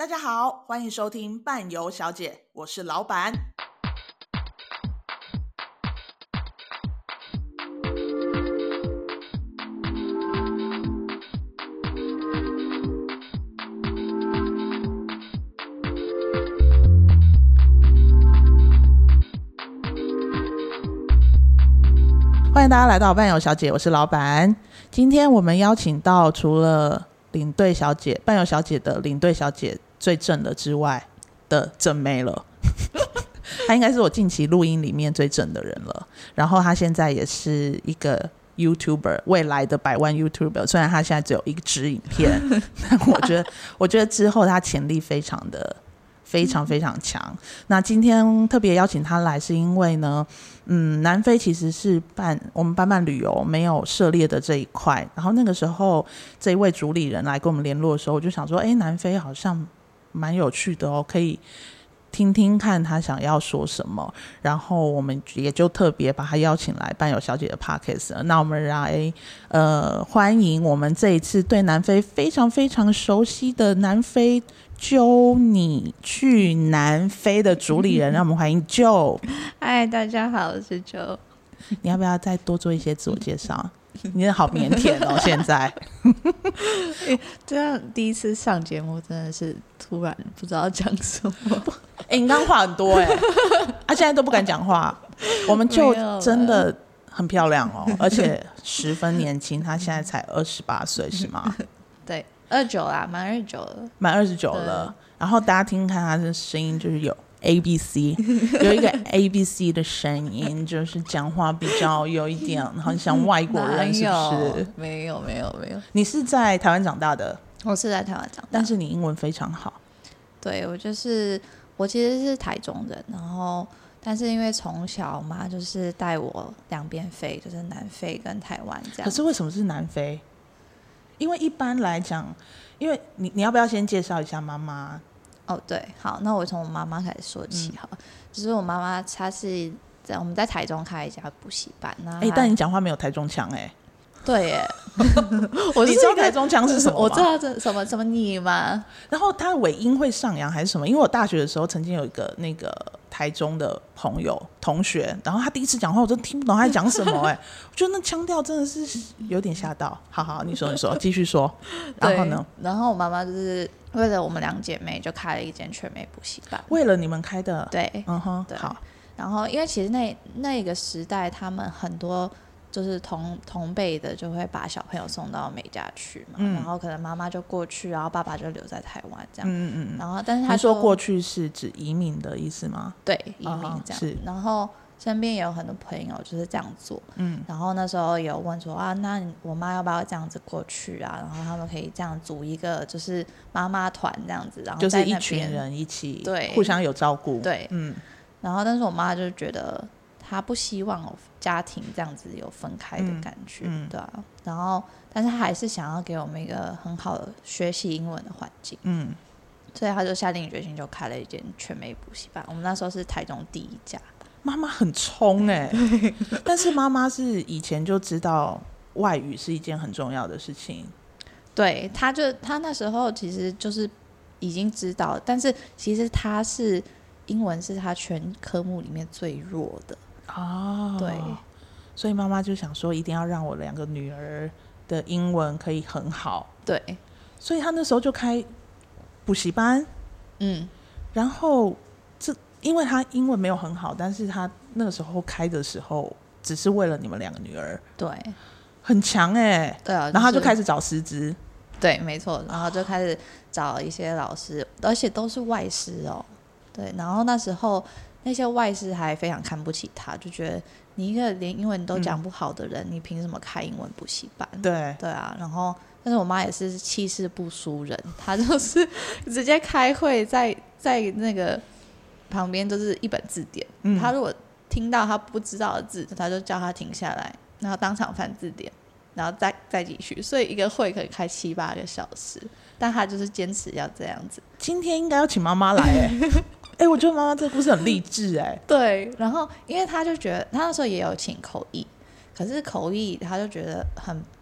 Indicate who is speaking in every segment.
Speaker 1: 大家好，欢迎收听伴游小姐，我是老板。欢迎大家来到伴游小姐，我是老板。今天我们邀请到除了领队小姐、伴游小姐的领队小姐最正的之外的正妹了她应该是我近期录音里面最正的人了，然后她现在也是一个 YouTuber， 未来的100万 YouTuber， 虽然她现在只有一支影片但我觉得之后她潜力非常强。那今天特别邀请她来是因为呢南非其实是我们办旅游没有涉猎的这一块，然后那个时候这一位主理人来跟我们联络的时候，我就想说南非好像蛮有趣的哦，可以听听看他想要说什么，然后我们也就特别把他邀请来伴游小姐的 Podcast。 那我们来欢迎我们这一次对南非非常非常熟悉的南非揪你去南非的主理人让我们欢迎 Joe。
Speaker 2: 嗨，大家好，我是 Joe。
Speaker 1: 你要不要再多做一些自我介绍？你好腼腆哦现在
Speaker 2: 这样第一次上节目真的是突然不知道讲什么
Speaker 1: 你刚刚话很多现在都不敢讲话。我们就真的很漂亮哦，而且十分年轻，她现在才28岁是吗？
Speaker 2: 对，29啦，满29了，
Speaker 1: 满29了。然后大家听看她的声音就是有 ABC 有一个 ABC 的声音，就是讲话比较有一点很像外国人，是不是？
Speaker 2: 没有。
Speaker 1: 你是在台湾长大的？
Speaker 2: 我是在台湾长大，
Speaker 1: 但是你英文非常好。
Speaker 2: 对，我其实是台中人，然后但是因为从小我妈就是带我两边飞，就是南非跟台湾这样。
Speaker 1: 可是为什么是南非？因为一般来讲，因为你要不要先介绍一下妈妈？
Speaker 2: 对，好，那我从我妈妈开始说起好了。就是我妈妈她是我们在台中开一家补习班。
Speaker 1: 但你讲话没有台中腔
Speaker 2: 对耶
Speaker 1: 你知道台中腔是什么吗？
Speaker 2: 我知道这什么你吗？
Speaker 1: 然后他尾音会上扬还是什么？因为我大学的时候曾经有一个那个台中的同学，然后他第一次讲话我真的听不懂他在讲什么我觉得那腔调真的是有点吓到。好你说继续说。然后呢？
Speaker 2: 然后我妈妈就是为了我们两姐妹就开了一间全美补习班。
Speaker 1: 为了你们开的？
Speaker 2: 对，
Speaker 1: 对。好。
Speaker 2: 然后因为其实那个时代他们很多就是同辈的就会把小朋友送到美加去嘛，然后可能妈妈就过去，然后爸爸就留在台湾这样。然后但是他
Speaker 1: 说过去是指移民的意思吗？
Speaker 2: 对，移民这样。是。然后身边也有很多朋友就是这样做。然后那时候有问说那我妈要不要这样子过去啊？然后他们可以这样组一个就是妈妈团这样子，然后
Speaker 1: 就是一群人一起，
Speaker 2: 对，
Speaker 1: 互相有照顾。
Speaker 2: 对，然后但是我妈就觉得她不希望家庭这样子有分开的感觉，对啊。然后但是她还是想要给我们一个很好的学习英文的环境，所以她就下定决心就开了一间全美补习班。我们那时候是台中第一家。
Speaker 1: 妈妈很冲但是妈妈是以前就知道外语是一件很重要的事情。
Speaker 2: 对，她那时候其实就是已经知道，但是其实她是英文是她全科目里面最弱的。对，
Speaker 1: 所以妈妈就想说一定要让我2个女儿的英文可以很好。
Speaker 2: 对，
Speaker 1: 所以她那时候就开补习班。然后因为她英文没有很好，但是她那个时候开的时候只是为了你们2个女儿。
Speaker 2: 对，
Speaker 1: 很强对啊，然后她就开始找师资。
Speaker 2: 对，没错，然后就开始找一些老师，而且都是外师对，然后那时候那些外师还非常看不起他，就觉得你一个连英文都讲不好的人，你凭什么开英文补习班？对啊。然后但是我妈也是气势不输人，她就是直接开会在那个旁边就是一本字典，她如果听到她不知道的字，她就叫她停下来，然后当场翻字典，然后再继续。所以一个会可以开7-8个小时，但她就是坚持要这样子。
Speaker 1: 今天应该要请妈妈来我觉得妈妈这个故事很励志
Speaker 2: 对，然后因为她就觉得她那时候也有请口译，可是口译她就觉得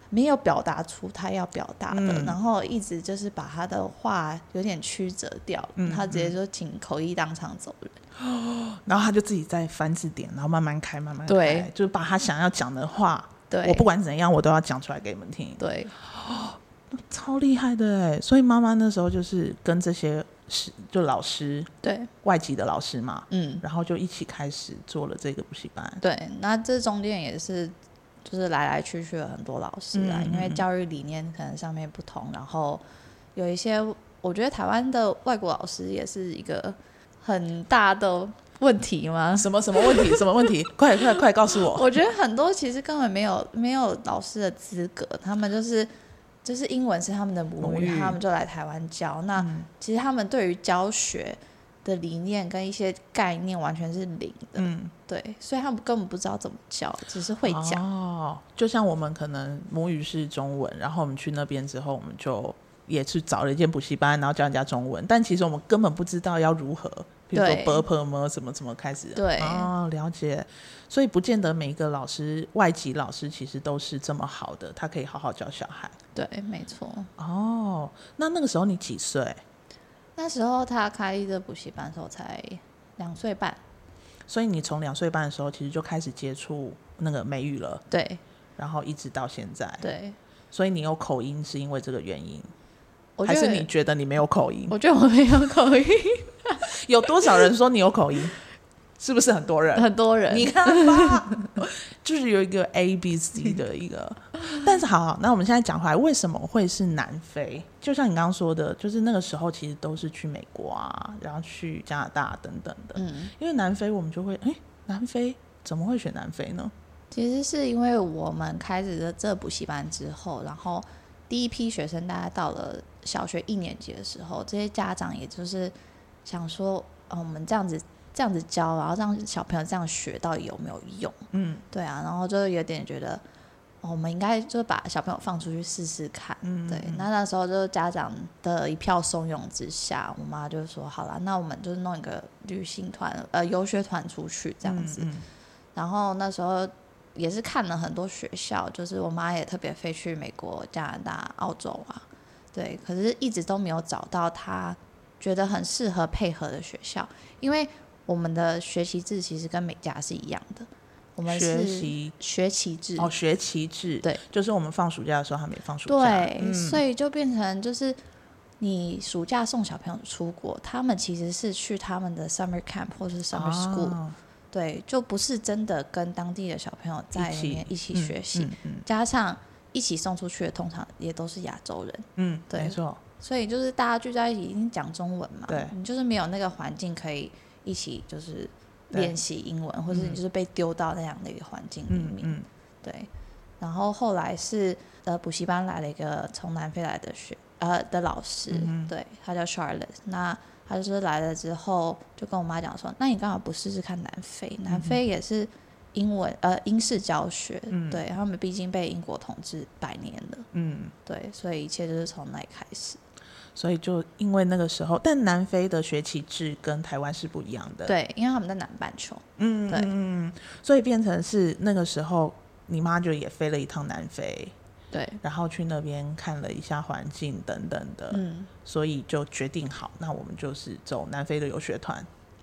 Speaker 2: 没有表达出他要表达的，然后一直就是把他的话有点曲折掉，他直接就请口译当场走人。
Speaker 1: 然后他就自己再翻字典，然后慢慢开慢慢开，
Speaker 2: 对，
Speaker 1: 就是把他想要讲的话，
Speaker 2: 对，
Speaker 1: 我不管怎样我都要讲出来给你们听。
Speaker 2: 对，
Speaker 1: 超厉害的耶。所以妈妈那时候就是跟这些就老师，
Speaker 2: 对，
Speaker 1: 外籍的老师嘛，然后就一起开始做了这个补习班。
Speaker 2: 对，那这中间也是就是来来去去了很多老师因为教育理念可能上面不同，然后有一些我觉得台湾的外国老师也是一个很大的问题吗？
Speaker 1: 什么问题？什么问题？快告诉我！
Speaker 2: 我觉得很多其实根本没有老师的资格，他们就是英文是他们的母语，他们就来台湾教。那其实他们对于教学的理念跟一些概念完全是零的，对，所以他们根本不知道怎么教，只是会讲。
Speaker 1: 就像我们可能母语是中文，然后我们去那边之后，我们就也去找了一间补习班，然后教人家中文，但其实我们根本不知道要如何，比如说 //什么开始。
Speaker 2: 对，
Speaker 1: 了解。所以不见得每一个老师，外籍老师其实都是这么好的，他可以好好教小孩。
Speaker 2: 对，没错。
Speaker 1: 那个时候你几岁？
Speaker 2: 那时候他开这补习班的时候才2岁半。
Speaker 1: 所以你从2岁半的时候其实就开始接触那个美语了。
Speaker 2: 对，
Speaker 1: 然后一直到现在。
Speaker 2: 对，
Speaker 1: 所以你有口音是因为这个原因，还是你觉得你没有口音？
Speaker 2: 我觉得我没有口音。
Speaker 1: 有多少人说你有口音？是不是很多人？
Speaker 2: 很多人，
Speaker 1: 你看吧，就是有一个 ABC 的一个。但是好，那我们现在讲回来，为什么会是南非？就像你刚刚说的，就是那个时候其实都是去美国啊，然后去加拿大等等的。因为南非我们就会，南非怎么会选南非呢？
Speaker 2: 其实是因为我们开始了这补习班之后，然后第一批学生大概到了小学1年级的时候，这些家长也就是想说，我们这样子教，然后让小朋友这样学到底有没有用？对啊，然后就有点觉得，我们应该就把小朋友放出去试试看。对，那时候就家长的一票怂恿之下，我妈就说好啦，那我们就是弄一个旅行团，游学团出去这样子。然后那时候也是看了很多学校，就是我妈也特别飞去美国、加拿大、澳洲啊，对，可是一直都没有找到她觉得很适合配合的学校，因为我们的学期制其实跟美加是一样的，我们是学期制。
Speaker 1: 学期制，
Speaker 2: 对，
Speaker 1: 就是我们放暑假的时候他们也放暑假。
Speaker 2: 对，所以就变成就是你暑假送小朋友出国，他们其实是去他们的 summer camp 或是 summer school。对，就不是真的跟当地的小朋友在里面一起学习，加上一起送出去的通常也都是亚洲人。对，
Speaker 1: 没错。
Speaker 2: 所以就是大家聚在一起，已经讲中文嘛，
Speaker 1: 对，
Speaker 2: 你就是没有那个环境可以一起就是练习英文，或者你就是被丢到那样的一个环境里面。对，然后后来是补习班来了一个从南非来的老师，对，他叫 Charlotte。那他就是来了之后就跟我妈讲说，那你干嘛不试试看南非？南非也是英式教学，对，他们毕竟被英国统治100年了。对，所以一切就是从那里开始。
Speaker 1: 所以就因为那个时候，但南非的学期制跟台湾是不一样的。
Speaker 2: 对，因为他们在南半球。对，
Speaker 1: 所以变成是那个时候你妈就也飞了一趟南非。
Speaker 2: 对，然
Speaker 1: 后去那边看了一下环境等等的。所以就决定好，那我们就是走南非的游学团。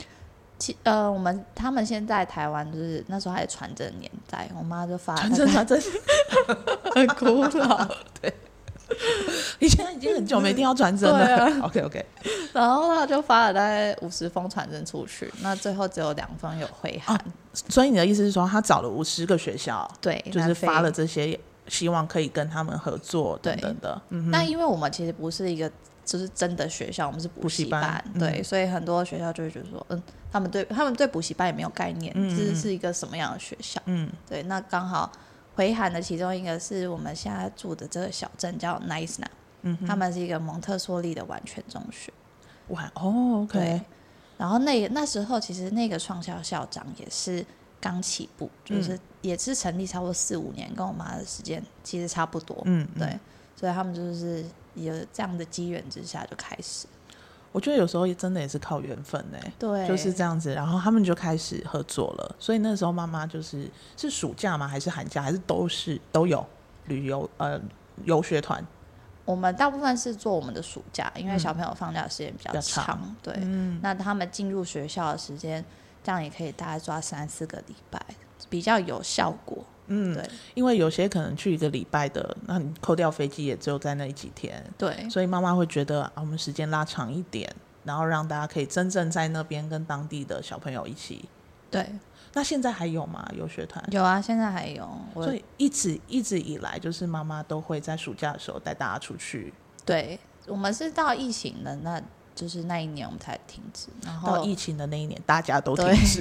Speaker 2: 他们现在台湾就是那时候还是传真年代，我妈就发
Speaker 1: 传真
Speaker 2: 很古老。
Speaker 1: 对，你现在已经很久没听到传真了。
Speaker 2: 对啊
Speaker 1: OK。
Speaker 2: 然后他就发了大概50封传真出去，那最后只有2封有回函。
Speaker 1: 所以你的意思是说，他找了50个学校，
Speaker 2: 对，
Speaker 1: 就是发了这些，希望可以跟他们合作等等的。
Speaker 2: 那因为我们其实不是一个就是真的学校，我们是补习班，对，所以很多学校就会觉得说，他们对补习班也没有概念，这是一个什么样的学校。对，那刚好回函的其中一个是我们现在住的这个小镇叫 Naisna，他们是一个蒙特梭利的完全中学。
Speaker 1: 哇，OK。
Speaker 2: 然后那时候其实那个创校校长也是刚起步，就是也是成立差不多4-5年，跟我妈的时间其实差不多。对，所以他们就是有这样的机缘之下就开始。
Speaker 1: 我觉得有时候真的也是靠缘分
Speaker 2: 对，
Speaker 1: 就是这样子，然后他们就开始合作了。所以那时候妈妈是暑假吗？还是寒假？还是都有？ 游学团？
Speaker 2: 我们大部分是做我们的暑假，因为小朋友放假的时间比较长，对，那他们进入学校的时间，这样也可以大概抓3-4个礼拜，比较有效果。对，
Speaker 1: 因为有些可能去1个礼拜的，那你扣掉飞机也只有在那几天，
Speaker 2: 对，
Speaker 1: 所以妈妈会觉得我们时间拉长一点，然后让大家可以真正在那边跟当地的小朋友一起。
Speaker 2: 对，
Speaker 1: 那现在还有吗？游学团？
Speaker 2: 有啊，现在还有。
Speaker 1: 所以一直以来，就是妈妈都会在暑假的时候带大家出去。
Speaker 2: 对，我们是到疫情的就是那一年我们才停止，然后
Speaker 1: 到疫情的那一年大家都停止。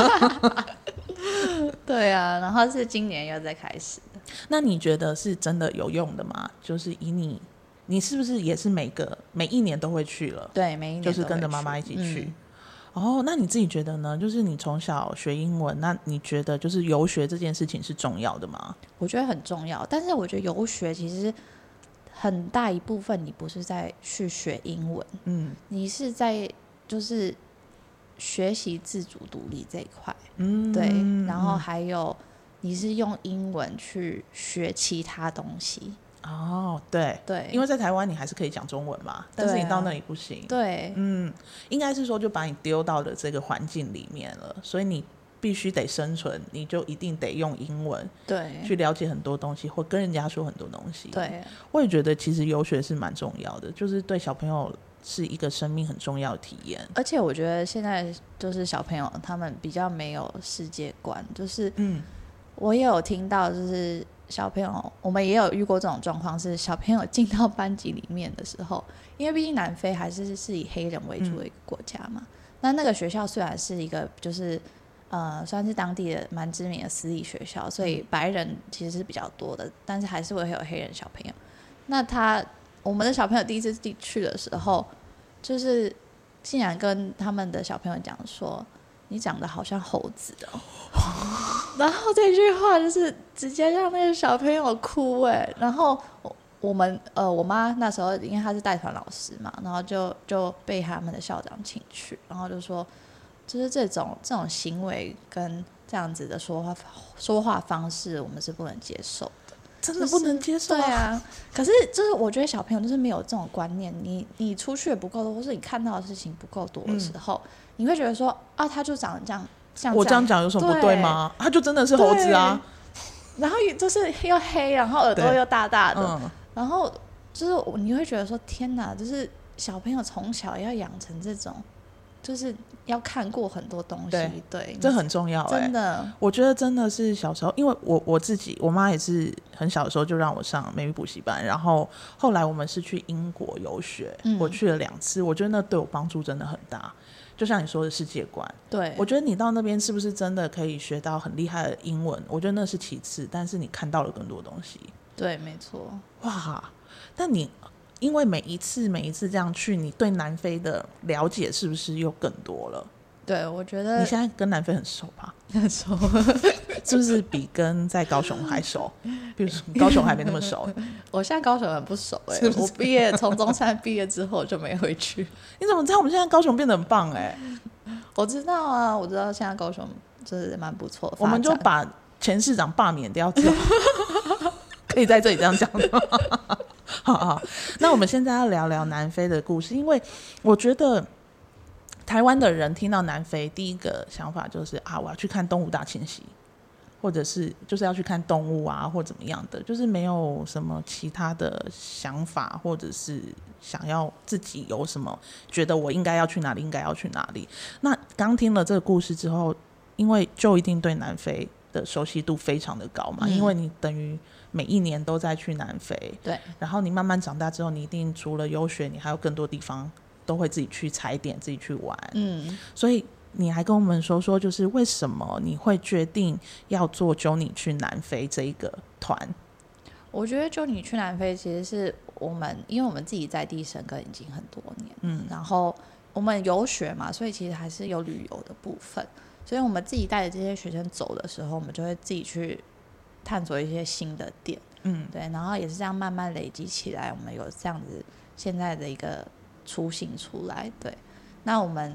Speaker 2: 对啊，然后是今年又再开始的。
Speaker 1: 那你觉得是真的有用的吗？就是以你是不是也是每一年都会去了？
Speaker 2: 对，每一年
Speaker 1: 就是跟着妈妈一起去。那你自己觉得呢？就是你从小学英文，那你觉得就是游学这件事情是重要的吗？
Speaker 2: 我觉得很重要，但是我觉得游学其实很大一部分你不是在去学英文，你是在就是学习自主独立这一块，对，然后还有你是用英文去学其他东西。
Speaker 1: 对，因为在台湾你还是可以讲中文嘛，但是你到那里不行。
Speaker 2: 对，
Speaker 1: 应该是说就把你丢到了这个环境里面了，所以你必须得生存，你就一定得用英文，
Speaker 2: 对，
Speaker 1: 去了解很多东西，或跟人家说很多东西。
Speaker 2: 对，
Speaker 1: 我也觉得其实游学是蛮重要的，就是对小朋友是一个生命很重要的体验。
Speaker 2: 而且我觉得现在就是小朋友他们比较没有世界观，就是我也有听到就是小朋友，我们也有遇过这种状况，是小朋友进到班级里面的时候，因为毕竟南非还是以黑人为主的一个国家嘛，那个学校虽然是一个就是算是当地的蛮知名的私立学校，所以白人其实是比较多的，但是还是会有黑人小朋友。那我们的小朋友第一次去的时候，就是竟然跟他们的小朋友讲说，你长得好像猴子哦。然后这句话就是直接让那个小朋友哭然后我妈那时候因为她是带团老师嘛，然后就被他们的校长请去，然后就说就是这种行为跟这样子的说话方式我们是不能接受的，
Speaker 1: 真的不能接受。
Speaker 2: 对啊，可是就是我觉得小朋友就是没有这种观念，你出去的不够多，或是你看到的事情不够多的时候，你会觉得说他就长得这样，
Speaker 1: 我这样讲有什么不对吗？他就真的是猴子啊，
Speaker 2: 然后就是又黑，然后耳朵又大大的，然后就是你会觉得说天哪，就是小朋友从小要养成这种，就是要看过很多东西，对，
Speaker 1: 这很重要真的。我觉得真的是小时候，因为我自己，我妈也是很小的时候就让我上美语补习班，然后后来我们是去英国游学，我去了2次，我觉得那对我帮助真的很大。就像你说的世界观，
Speaker 2: 对，
Speaker 1: 我觉得你到那边是不是真的可以学到很厉害的英文，我觉得那是其次，但是你看到了更多东西。
Speaker 2: 对，没错。
Speaker 1: 哇，但你因为每一次这样去，你对南非的了解是不是又更多了？
Speaker 2: 对，我觉得
Speaker 1: 你现在跟南非很熟吧？
Speaker 2: 很熟。
Speaker 1: 是不是比跟在高雄还熟？比如说高雄还没那么熟。
Speaker 2: 我现在高雄很不熟
Speaker 1: 是不是？
Speaker 2: 我从中山毕业之后就没回去。
Speaker 1: 你怎么知道我们现在高雄变得很棒？
Speaker 2: 我知道啊，我知道现在高雄就是蛮不错的。
Speaker 1: 我们就把前市长罢免掉之后可以在这里这样讲的。好，那我们现在要聊聊南非的故事，因为我觉得台湾的人听到南非第一个想法就是我要去看动物大迁徙，或者是就是要去看动物啊，或怎么样的，就是没有什么其他的想法，或者是想要自己有什么觉得我应该要去哪里，应该要去哪里。那刚听了这个故事之后，因为就一定对南非的熟悉度非常的高嘛，因为你等于每一年都在去南非，
Speaker 2: 对，
Speaker 1: 然后你慢慢长大之后，你一定除了游学，你还有更多地方都会自己去踩点，自己去玩。所以你还跟我们说就是为什么你会决定要做 Journey 去南非这一个团？
Speaker 2: 我觉得 Journey 去南非其实是因为我们自己在地生根已经很多年，然后我们游学嘛，所以其实还是有旅游的部分，所以我们自己带着这些学生走的时候，我们就会自己去探索一些新的点，对，然后也是这样慢慢累积起来，我们有这样子现在的一个雏形出来。对，那我们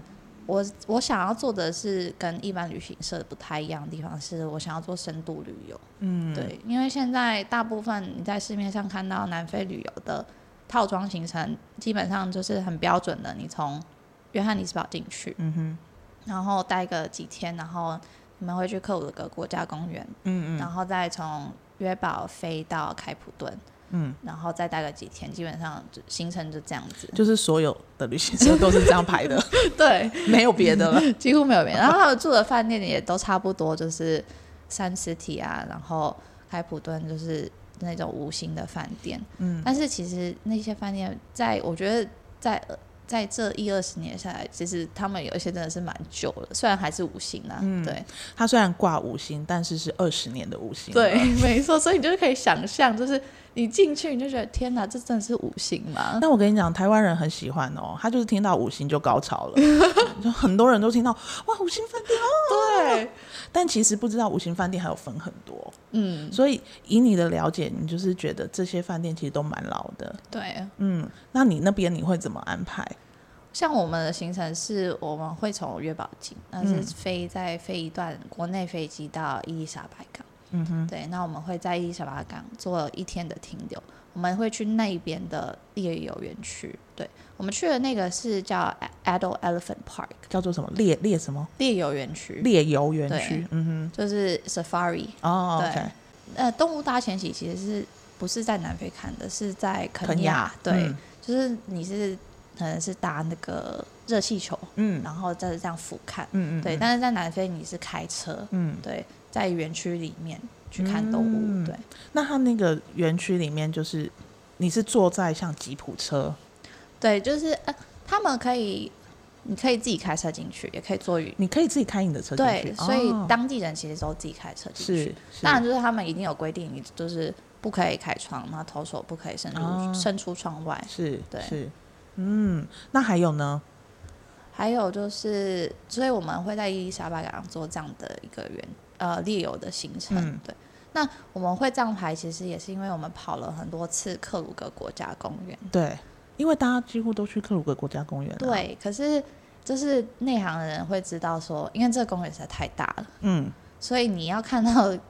Speaker 2: 我想要做的是跟一般旅行社不太一样的地方，是我想要做深度旅游。对，因为现在大部分你在市面上看到南非旅游的套装行程，基本上就是很标准的，你从约翰尼斯堡进去，然后待个几天，然后你们会去克鲁格国家公园，然后再从约堡飞到开普敦，然后再待个几天，基本上行程就这样子。
Speaker 1: 就是所有的旅行社都是这样排的，
Speaker 2: 对，
Speaker 1: 没有别的了，
Speaker 2: 几乎没有别的。然后他们住的饭店也都差不多，就是Sun City 啊，然后开普敦就是那种5星的饭店。但是其实那些饭店我觉得在这10-20年下来，其实他们有一些真的是蛮久了，虽然还是5星啊，对，
Speaker 1: 它虽然挂5星，但是是20年的5星，
Speaker 2: 对，没错，所以你就可以想象，就是你进去你就觉得天哪，这真的是5星吗？
Speaker 1: 但我跟你讲，台湾人很喜欢哦，他就是听到5星就高潮了，就很多人都听到哇5星饭店哦，对，但其实不知道5星饭店还有分很多，所以以你的了解，你就是觉得这些饭店其实都蛮老的，
Speaker 2: 对，
Speaker 1: 那你那边你会怎么安排？
Speaker 2: 像我们的行程是我们会从约堡进，那是再飞一段国内飞机到伊丽莎白港，对，那我们会在伊丽莎白港做1天的停留，我们会去那边的猎游园区，对，我们去的那个是叫 Adult Elephant Park，
Speaker 1: 叫做什么猎什么
Speaker 2: 猎游园区，
Speaker 1: 猎游园区，
Speaker 2: 就是 Safari
Speaker 1: 哦，
Speaker 2: 对，动物大迁徙其实不是在南非看的，是在肯亚，对，就是你是可能是搭那个热气球，然后再这样俯瞰，对，但是在南非你是开车，对，在园区里面去看动物，对。
Speaker 1: 那它那个园区里面，就是你是坐在像吉普车，
Speaker 2: 对，就是他们你可以自己开车进去，也可以坐你
Speaker 1: 可以自己开你的车进去，
Speaker 2: 对，所以当地人其实都自己开车进去，当然就是他们一定有规定，你就是不可以开窗，那头手不可以伸出窗外，
Speaker 1: 是，
Speaker 2: 对，
Speaker 1: 是。那还有呢？
Speaker 2: 还有就是，所以我们会在伊丽莎白港做这样的一个猎游的行程，对。那我们会这样排，其实也是因为我们跑了很多次克鲁格国家公园，
Speaker 1: 对，因为大家几乎都去克鲁格国家公园，
Speaker 2: 对。可是就是内行的人会知道说，因为这个公园实在太大了，所以你要看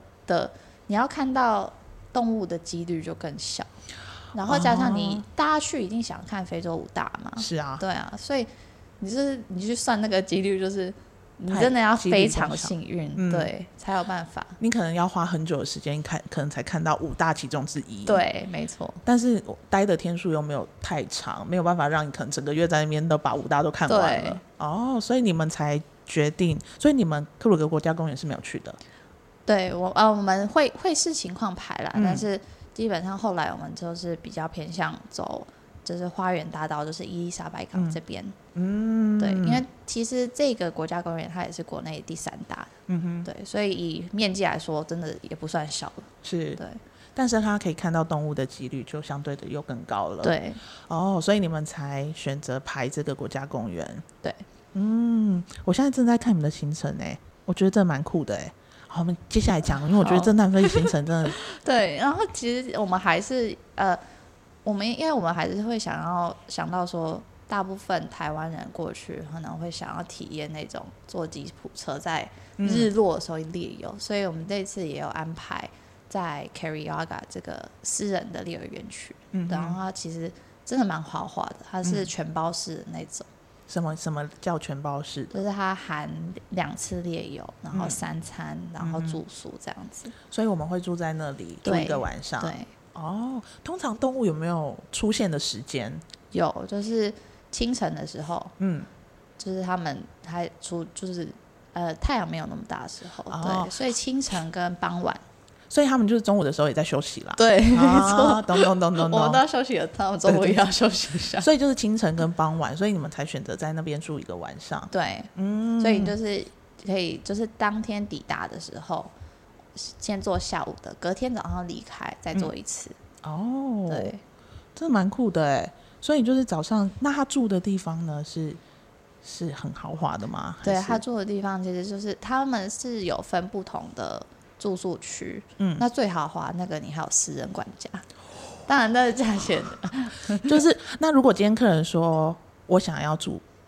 Speaker 2: 到动物的几率就更小。然后加上大家去一定想看非洲5大嘛，
Speaker 1: 是啊，
Speaker 2: 对啊，所以你去算那个几率，就是你真的要非常幸运，对，才有办法。
Speaker 1: 你可能要花很久的时间可能才看到5大其中之一，
Speaker 2: 对，没错。
Speaker 1: 但是待的天数又没有太长，没有办法让你可能整个月在那边都把5大都看完了。哦，所以你们才决定，所以你们克鲁格国家公园是没有去的。
Speaker 2: 对，我们会视情况排啦，但是基本上后来我们就是比较偏向走就是花园大道，就是伊丽莎白港这边，对，因为其实这个国家公园它也是国内第3大，对，所以以面积来说真的也不算小了，
Speaker 1: 是，
Speaker 2: 对，
Speaker 1: 但是它可以看到动物的几率就相对的又更高了，
Speaker 2: 对，
Speaker 1: 所以你们才选择排这个国家公园，
Speaker 2: 对，
Speaker 1: 我现在正在看你们的行程我觉得这蛮酷的好，我们接下来讲，因为我觉得这南非行程真的
Speaker 2: 对，然后其实我们还是因为我们还是会想到说，大部分台湾人过去可能会想要体验那种坐吉普车在日落的时候猎游，所以我们这次也有安排在 Kariaga 这个私人的猎游园区，然后它其实真的蛮豪华的，它是全包式的那种。
Speaker 1: 什么叫全包式的？
Speaker 2: 就是它含2次猎游，然后3餐，然后住宿这样子。
Speaker 1: 所以我们会住在那里住一个晚上。
Speaker 2: 对。
Speaker 1: 通常动物有没有出现的时间？
Speaker 2: 有，就是清晨的时候，就是他们还就是太阳没有那么大的时候，对，所以清晨跟傍晚。
Speaker 1: 所以他们就是中午的时候也在休息啦。
Speaker 2: 对，没错，
Speaker 1: 懂。我
Speaker 2: 们都要休息了，他们中午也要休息一下。
Speaker 1: 所以就是清晨跟傍晚，所以你们才选择在那边住一个晚上。
Speaker 2: 对，所以你就是可以，就是当天抵达的时候，先做下午的，隔天早上离开，再做一次。对，
Speaker 1: 真的蛮酷的所以就是早上，那他住的地方呢是很豪华的吗？
Speaker 2: 对，他住的地方其实就是他们是有分不同的住宿区，那最豪华那个你还有私人管家，当然那个价钱
Speaker 1: 就是那如果今天客人说我想要住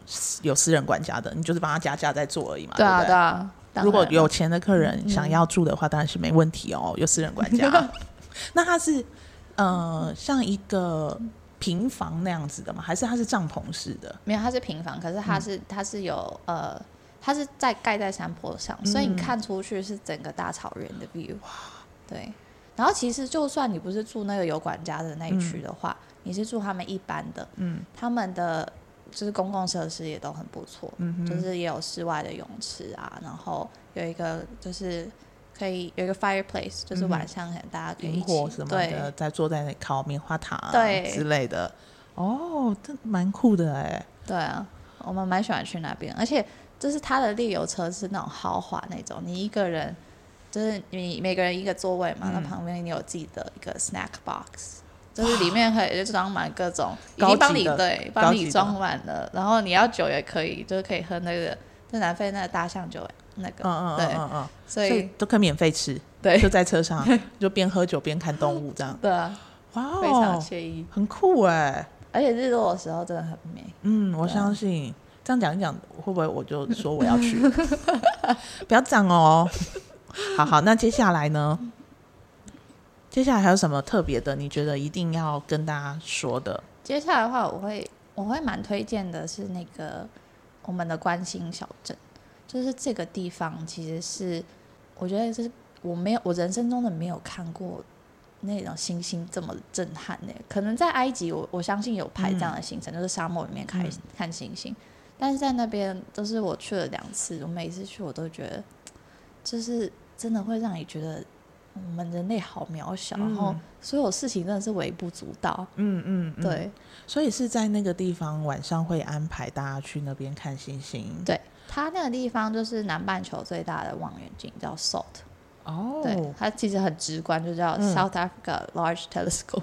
Speaker 1: 有私人管家的，你就是帮他加价再做而已嘛。
Speaker 2: 对啊
Speaker 1: 对不对？
Speaker 2: 对啊，
Speaker 1: 如果有钱的客人想要住的话，当然是没问题哦，有私人管家。那他是像一个平房那样子的吗？还是它是帐篷式的？
Speaker 2: 没有，它是平房，可是它是有它是盖在山坡上，所以你看出去是整个大草原的 view。对，然后其实就算你不是住那个有管家的那一区的话，你是住他们一般的，他们的就是公共设施也都很不错，就是也有室外的泳池啊，然后有一个就是可以有一个 fireplace， 就是晚上可能大家可以一起
Speaker 1: 萤火什么的，再坐在那里烤棉花糖之类的。哦，这蛮酷的哎。
Speaker 2: 对啊，我们蛮喜欢去那边，而且就是它的猎游车是那种豪华那种，你一个人就是你每个人一个座位嘛，那旁边你有自己的一个 snack box， 就是里面可以就装满各种已经帮你装满了，然后你要酒也可以，就是可以喝那个在南非那个大象酒那个，对，所以
Speaker 1: 都可以免费吃，
Speaker 2: 对，
Speaker 1: 就在车上就边喝酒边看动物这样。
Speaker 2: 对啊，
Speaker 1: 哇，
Speaker 2: 非常惬意，
Speaker 1: 很酷哎。
Speaker 2: 而且日落的时候真的很美。
Speaker 1: 我相信。这样讲一讲，会不会我就说我要去？不要讲哦。好，那接下来呢？接下来还有什么特别的？你觉得一定要跟大家说的？
Speaker 2: 接下来的话，我会蛮推荐的是那个我们的关心小镇，就是这个地方其实是我觉得是我人生中的没有看过那种星星这么震撼的。可能在埃及我相信有排这样的行程，就是沙漠里面看星星。但是在那边都是我去了2次，我每次去我都觉得就是真的会让你觉得我们人类好渺小，然后所有事情真的是微不足道。对，
Speaker 1: 所以是在那个地方晚上会安排大家去那边看星星。
Speaker 2: 对，它那个地方就是南半球最大的望远镜，叫 SALT。对，它其实很直观，就叫 South Africa Large Telescope。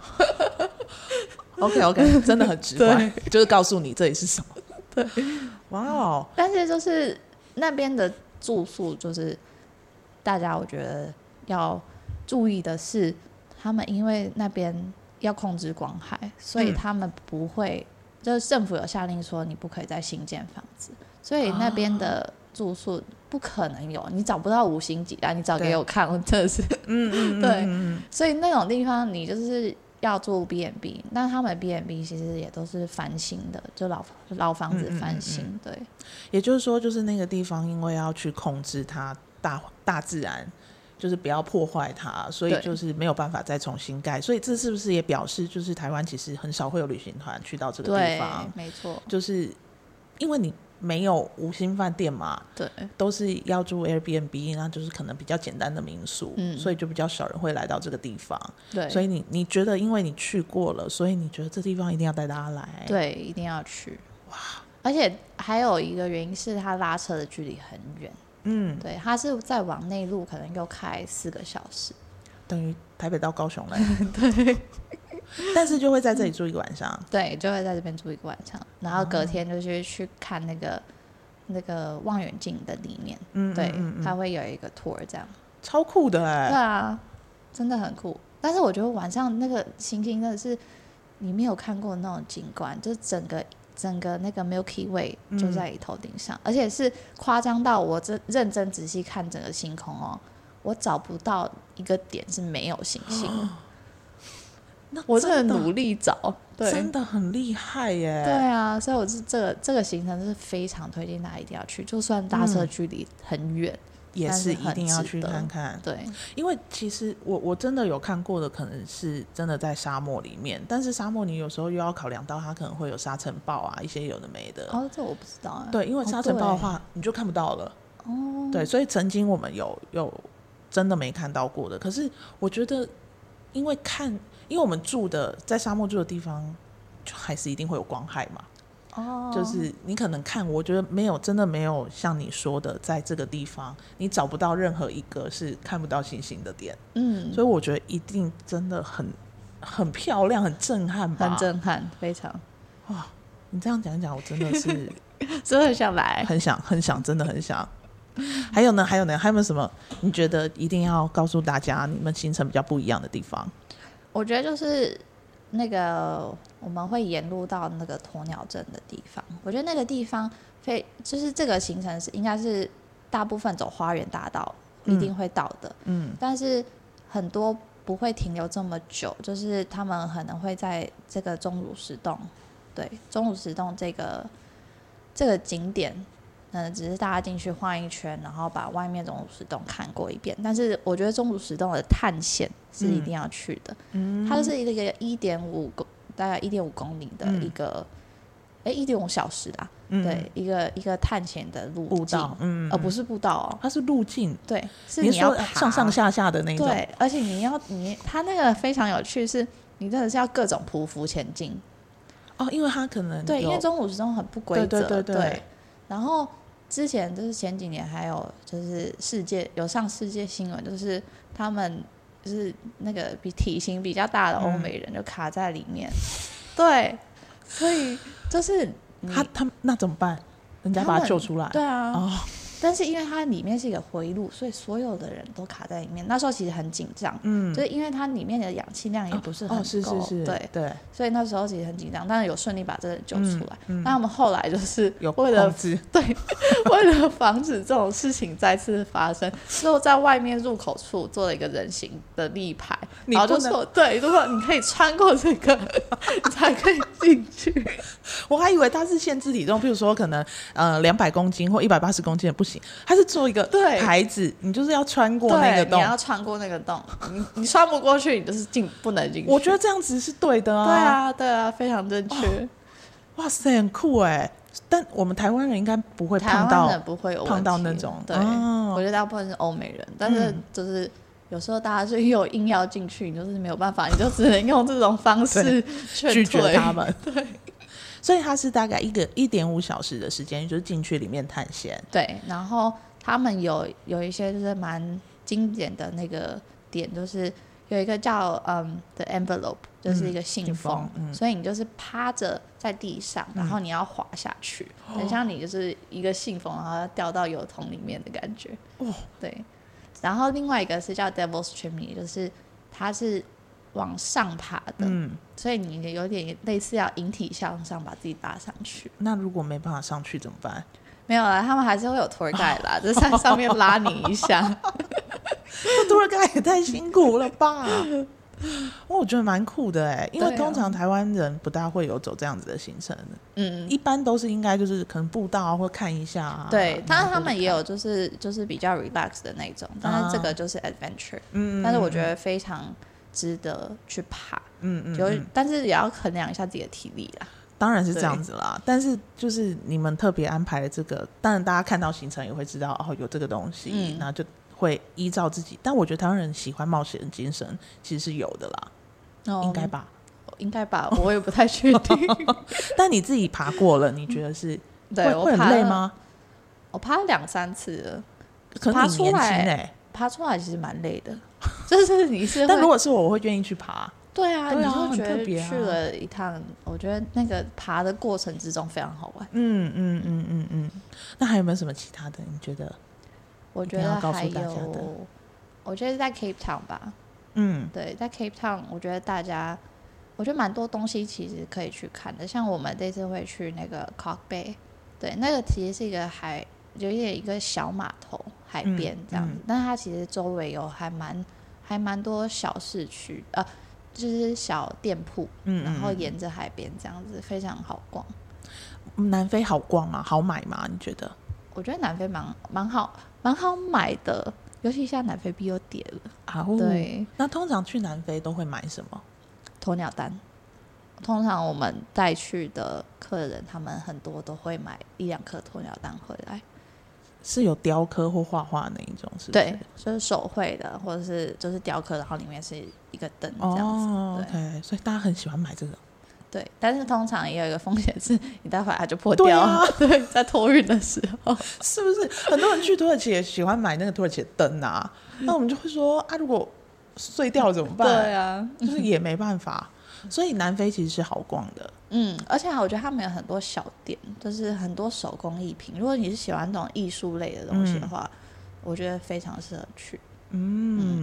Speaker 1: OK， 真的很直观，就是告诉你这里是什么。对，哇哦！
Speaker 2: 但是就是那边的住宿，就是大家我觉得要注意的是，他们因为那边要控制光害，所以他们不会，就是政府有下令说你不可以再新建房子，所以那边的住宿不可能有，你找不到5星级啊！你找给我看，我真的是，对，所以那种地方你就是要住 B&B， 那他们 B&B 其实也都是翻新的，就老房子翻新，对。
Speaker 1: 也就是说，就是那个地方因为要去控制它大自然，就是不要破坏它，所以就是没有办法再重新盖。所以这是不是也表示，就是台湾其实很少会有旅行团去到这个地方？
Speaker 2: 对，没错，
Speaker 1: 就是因为你没有5星饭店嘛，
Speaker 2: 对，
Speaker 1: 都是要住 Airbnb， 那就是可能比较简单的民宿，所以就比较少人会来到这个地方。
Speaker 2: 对，
Speaker 1: 所以你觉得，因为你去过了，所以你觉得这地方一定要带大家来？
Speaker 2: 对，一定要去。哇！而且还有一个原因是它拉车的距离很远，对，它是在往内陆，可能又开4个小时，
Speaker 1: 等于台北到高雄来。对。但是就会在这里住一个晚上，
Speaker 2: 对，就会在这边住一个晚上，然后隔天就是去看那个望远镜的里面，对，它会有一个 tour 这样，
Speaker 1: 超酷的哎，
Speaker 2: 对啊，真的很酷。但是我觉得晚上那个星星真的是你没有看过那种景观，就是整个那个 Milky Way 就在你头顶上，而且是夸张到我认真仔细看整个星空哦，我找不到一个点是没有星星。我真的努力找，对，
Speaker 1: 真的很厉害耶。
Speaker 2: 对啊，所以我是这个行程是非常推荐大家一定要去，就算搭车距离很远，
Speaker 1: 也是一定要去看看。
Speaker 2: 对，因
Speaker 1: 为其实我真的有看过的，可能是真的在沙漠里面，但是沙漠你有时候又要考量到它可能会有沙尘暴啊，一些有的没的。
Speaker 2: 哦，这我不知道啊。
Speaker 1: 对，因为沙尘暴的话，你就看不到了。哦，对，所以曾经我们有真的没看到过的，可是我觉得因为我们在沙漠住的地方，就还是一定会有光害嘛。哦，就是你可能看，我觉得真的没有像你说的，在这个地方你找不到任何一个是看不到星星的点。所以我觉得一定真的很漂亮，很震撼吧？
Speaker 2: 很震撼，非常。
Speaker 1: 哇，你这样讲一讲，我真的是
Speaker 2: 真的很想来，
Speaker 1: 很想，真的很想。还有呢？还有没有什么你觉得一定要告诉大家你们行程比较不一样的地方？
Speaker 2: 我觉得就是那个我们会沿路到那个鸵鸟镇的地方。我觉得那个地方就是这个行程应该是大部分走花园大道一定会到的，但是很多不会停留这么久，就是他们可能会在这个钟乳石洞，对，钟乳石洞这个景点，只是大家进去晃一圈，然后把外面钟乳石洞看过一遍。但是我觉得钟乳石洞的探险是一定要去的，它就是一个大概1.5公里的一个，1.5小时啦，对，一个探险的路径，不是步道哦，
Speaker 1: 它是路径，
Speaker 2: 对，是你要爬
Speaker 1: 上下的那种，
Speaker 2: 对，而且它那个非常有趣，是你真的是要各种匍匐前进，
Speaker 1: 因为它可能
Speaker 2: 对，因为钟乳石洞很不规则，
Speaker 1: 对，
Speaker 2: 然后之前就是前几年还有就是上世界新闻，就是他们就是那个体型比较大的欧美人就卡在里面，对，所以就是
Speaker 1: 他那怎么办？人家把他救出来，
Speaker 2: 对啊，但是因为它里面是一个回路，所以所有的人都卡在里面。那时候其实很紧张，就是因为它里面的氧气量也不是很够，对，所以那时候其实很紧张，但是有顺利把这个人救出来。那我们后来就是为了为了防止这种事情再次发生，之后在外面入口处做了一个人形的立牌，然后就说对，如果你可以穿过这个，你才可以进去。
Speaker 1: 我还以为它是限制体重，譬如说可能200公斤或180公斤的不行，它是做一个牌子，你就是要穿过那个洞，
Speaker 2: 你要穿过那个洞，你穿不过去，你就是不能进去。
Speaker 1: 我觉得这样子是对的啊，
Speaker 2: 对啊，非常正确。
Speaker 1: 哇塞，很酷哎！但我们台湾人应该不会胖到，
Speaker 2: 台湾人不会有
Speaker 1: 胖到那种。
Speaker 2: 对，我觉得大部分是欧美人，但是就是有时候大家是有硬要进去，你就是没有办法，你就只能用这种方式
Speaker 1: 拒绝他们。
Speaker 2: 对。
Speaker 1: 所以它是大概1.5小时的时间，就是进去里面探险。
Speaker 2: 对，然后他们有一些就是蛮经典的那个点，就是有一个叫The Envelope， 就是一个信封，所以你就是趴着在地上，然后你要滑下去，很像你就是一个信封，然后掉到油桶里面的感觉。对。然后另外一个是叫 Devil's Chimney， 就是它是往上爬的，所以你有点类似要引体向上把自己拉上去。
Speaker 1: 那如果没办法上去怎么办？
Speaker 2: 没有啦，他们还是会有 tour guide 啦，就在上面拉你一下。
Speaker 1: tour guide 也太辛苦了吧？我觉得蛮酷的哎，因为通常台湾人不大会有走这样子的行程的，一般都是应该就是可能步道啊，或看一下啊。
Speaker 2: 对，但是他们也有就是比较 relax 的那种，但是这个就是 adventure，但是我觉得非常值得去爬，但是也要衡量一下自己的体力啦。
Speaker 1: 当然是这样子啦，但是就是你们特别安排了这个，当然大家看到行程也会知道有这个东西，然后就会依照自己。但我觉得台湾人喜欢冒险的精神其实是有的啦，应该吧？
Speaker 2: 应该吧，我也不太确定。
Speaker 1: 但你自己爬过了，你觉得是会很累吗？
Speaker 2: 我爬了2-3次了，
Speaker 1: 可能你年轻欸，
Speaker 2: 爬出来其实蛮累的，就是你是。
Speaker 1: 但如果是我会愿意去爬。
Speaker 2: 对啊，你就觉得
Speaker 1: 去
Speaker 2: 了一趟，我觉得那个爬的过程之中非常好玩。
Speaker 1: 那还有没有什么其他的？你觉得？
Speaker 2: 我觉得还有，我觉得在 Cape Town 吧。对，在 Cape Town，我觉得蛮多东西其实可以去看的。像我们这次会去那个 Cock Bay， 对，那个其实是一个有点一个小码头海边这样子，但是它其实周围有还蛮多小市区就是小店铺，然后沿着海边这样子，非常好逛。
Speaker 1: 南非好逛吗？好买吗？你觉得？
Speaker 2: 我觉得南非蛮好买的，尤其现在南非币又跌了。对。
Speaker 1: 那通常去南非都会买什么？
Speaker 2: 鸵鸟蛋。通常我们带去的客人，他们很多都会买1-2颗鸵鸟蛋回来。
Speaker 1: 是有雕刻或画画那一种，是不是？
Speaker 2: 对，就是手绘的，或者是就是雕刻，然后里面是一个灯这样子。
Speaker 1: OK， 所以大家很喜欢买这个。
Speaker 2: 对，但是通常也有一个风险是，你带回来它就破掉。对，在托运的时候，
Speaker 1: 是不是很多人去土耳其也喜欢买那个土耳其的灯啊？那我们就会说如果碎掉了怎么办？
Speaker 2: 对啊，
Speaker 1: 就是也没办法。所以南非其实是好逛的，
Speaker 2: 而且我觉得他们有很多小店，就是很多手工艺品。如果你是喜欢这种艺术类的东西的话，我觉得非常适合去。